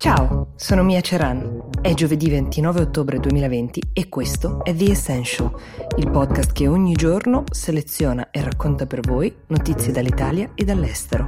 Ciao, sono Mia Ceran. È giovedì 29 ottobre 2020 e questo è The Essential, il podcast che ogni giorno seleziona e racconta per voi notizie dall'Italia e dall'estero.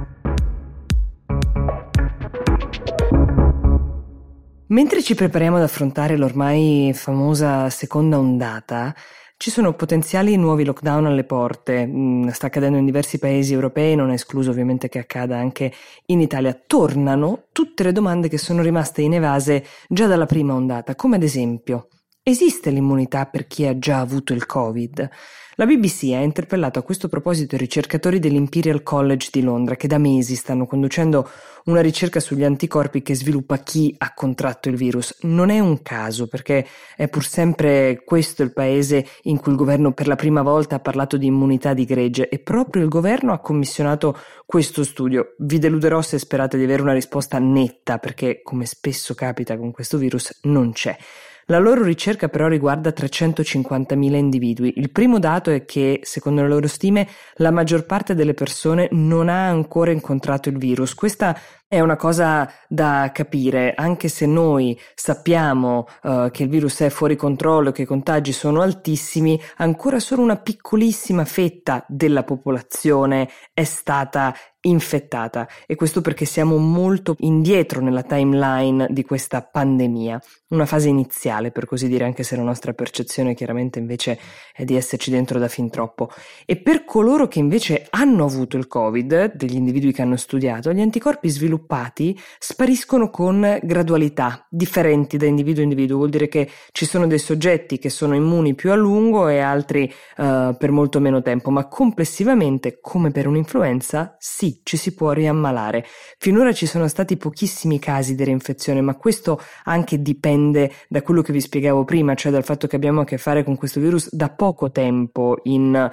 Mentre ci prepariamo ad affrontare l'ormai famosa seconda ondata, ci sono potenziali nuovi lockdown alle porte. Sta accadendo in diversi paesi europei, non è escluso ovviamente che accada anche in Italia. Tornano tutte le domande che sono rimaste inevase già dalla prima ondata, come ad esempio: esiste l'immunità per chi ha già avuto il Covid? La BBC ha interpellato a questo proposito i ricercatori dell'Imperial College di Londra, che da mesi stanno conducendo una ricerca sugli anticorpi che sviluppa chi ha contratto il virus. Non è un caso, perché è pur sempre questo il paese in cui il governo per la prima volta ha parlato di immunità di gregge, e proprio il governo ha commissionato questo studio. Vi deluderò se sperate di avere una risposta netta, perché, come spesso capita con questo virus, non c'è. La loro ricerca però riguarda 350.000 individui. Il primo dato è che, secondo le loro stime, la maggior parte delle persone non ha ancora incontrato il virus. Questa è una cosa da capire, anche se noi sappiamo che il virus è fuori controllo, che i contagi sono altissimi, ancora solo una piccolissima fetta della popolazione è stata infettata, e questo perché siamo molto indietro nella timeline di questa pandemia, una fase iniziale per così dire, anche se la nostra percezione chiaramente invece è di esserci dentro da fin troppo. E per coloro che invece hanno avuto il Covid, degli individui che hanno studiato, gli anticorpi sviluppati spariscono con gradualità, differenti da individuo a individuo. Vuol dire che ci sono dei soggetti che sono immuni più a lungo e altri per molto meno tempo, ma complessivamente, come per un'influenza, sì, ci si può riammalare. Finora ci sono stati pochissimi casi di reinfezione, ma questo anche dipende da quello che vi spiegavo prima, cioè dal fatto che abbiamo a che fare con questo virus da poco tempo in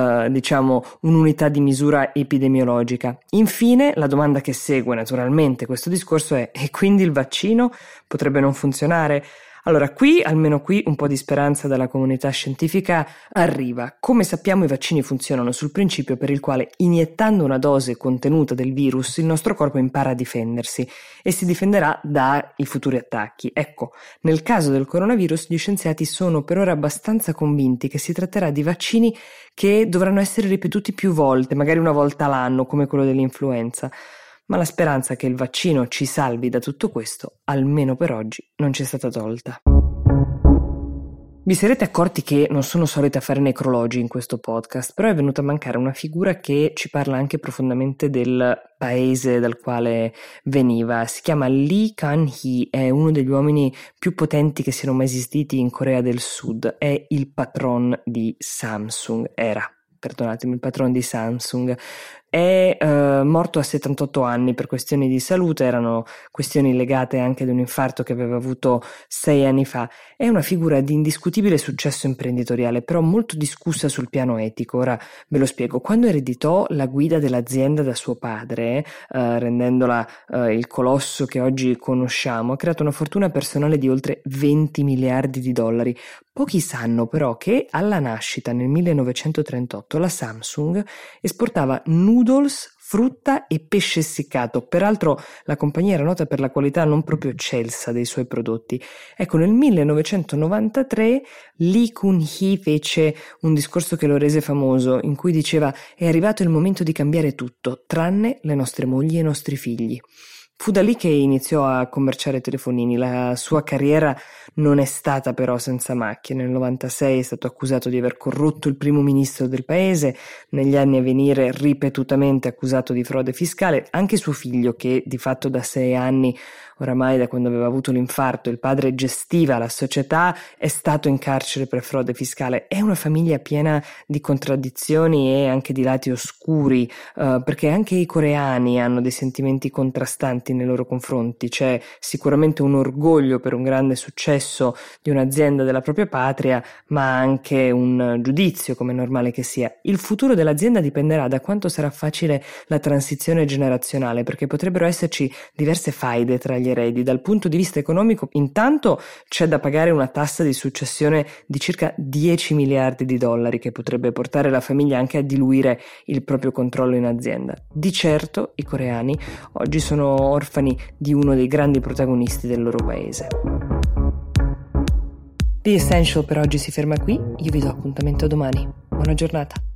un'unità di misura epidemiologica. Infine, la domanda che segue naturalmente questo discorso è: e quindi il vaccino potrebbe non funzionare? Allora, almeno qui, un po' di speranza dalla comunità scientifica arriva. Come sappiamo, i vaccini funzionano sul principio per il quale, iniettando una dose contenuta del virus, il nostro corpo impara a difendersi e si difenderà dai futuri attacchi. Ecco, nel caso del coronavirus, gli scienziati sono per ora abbastanza convinti che si tratterà di vaccini che dovranno essere ripetuti più volte, magari una volta l'anno, come quello dell'influenza. Ma la speranza che il vaccino ci salvi da tutto questo, almeno per oggi, non ci è stata tolta. Vi sarete accorti che non sono solita fare necrologi in questo podcast, però è venuta a mancare una figura che ci parla anche profondamente del paese dal quale veniva. Si chiama Lee Kun-hee, è uno degli uomini più potenti che siano mai esistiti in Corea del Sud, è il patron di Samsung, il patron di Samsung. È morto a 78 anni per questioni di salute, erano questioni legate anche ad un infarto che aveva avuto 6 anni fa. È una figura di indiscutibile successo imprenditoriale, però molto discussa sul piano etico. Ora ve lo spiego. Quando ereditò la guida dell'azienda da suo padre, rendendola il colosso che oggi conosciamo, ha creato una fortuna personale di oltre 20 miliardi di dollari. Pochi sanno però che alla nascita, nel 1938, la Samsung esportava noodles, frutta e pesce essiccato. Peraltro la compagnia era nota per la qualità non proprio eccelsa dei suoi prodotti. Ecco, nel 1993 Lee Kun-hee fece un discorso che lo rese famoso, in cui diceva: è arrivato il momento di cambiare tutto, tranne le nostre mogli e i nostri figli. Fu da lì che iniziò a commerciare telefonini. La sua carriera non è stata però senza macchie. Nel 96 è stato accusato di aver corrotto il primo ministro del paese, negli anni a venire ripetutamente accusato di frode fiscale. Anche suo figlio, che di fatto da 6 anni, oramai da quando aveva avuto l'infarto, il padre gestiva la società, è stato in carcere per frode fiscale. È una famiglia piena di contraddizioni e anche di lati oscuri, perché anche i coreani hanno dei sentimenti contrastanti nei loro confronti. C'è sicuramente un orgoglio per un grande successo di un'azienda della propria patria, ma anche un giudizio, come è normale che sia. Il futuro dell'azienda dipenderà da quanto sarà facile la transizione generazionale, perché potrebbero esserci diverse faide tra gli eredi. Dal punto di vista economico, intanto c'è da pagare una tassa di successione di circa 10 miliardi di dollari, che potrebbe portare la famiglia anche a diluire il proprio controllo in azienda. Di certo i coreani oggi sono orfani di uno dei grandi protagonisti del loro paese. The Essential per oggi si ferma qui, io vi do appuntamento domani. Buona giornata.